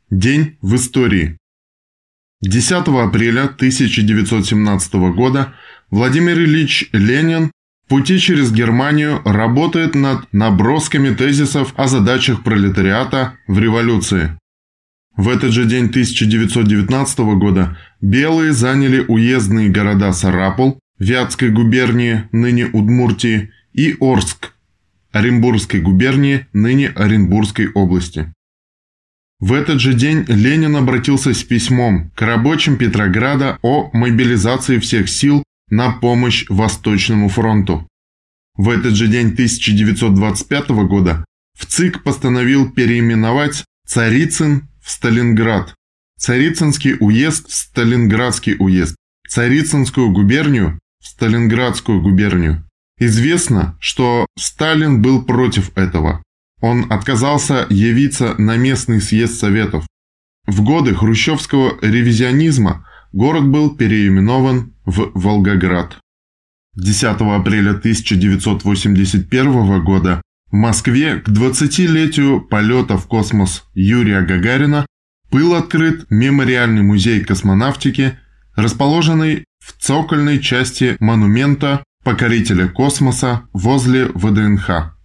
День в истории. 10 апреля 1917 года Владимир Ильич Ленин в пути через Германию работает над набросками тезисов о задачах пролетариата в революции. В этот же день 1919 года белые заняли уездные города Сарапул Вятской губернии, ныне Удмуртии, и Орск Оренбургской губернии, ныне Оренбургской области. В этот же день Ленин обратился с письмом к рабочим Петрограда о мобилизации всех сил на помощь Восточному фронту. В этот же день 1925 года ВЦИК постановил переименовать Царицын в Сталинград, Царицынский уезд в Сталинградский уезд, Царицынскую губернию в Сталинградскую губернию. Известно, что Сталин был против этого. Он отказался явиться на местный съезд Советов. В годы хрущевского ревизионизма город был переименован в Волгоград. 10 апреля 1981 года в Москве к 20-летию полета в космос Юрия Гагарина был открыт мемориальный музей космонавтики, расположенный в цокольной части монумента покорителя космоса возле ВДНХ.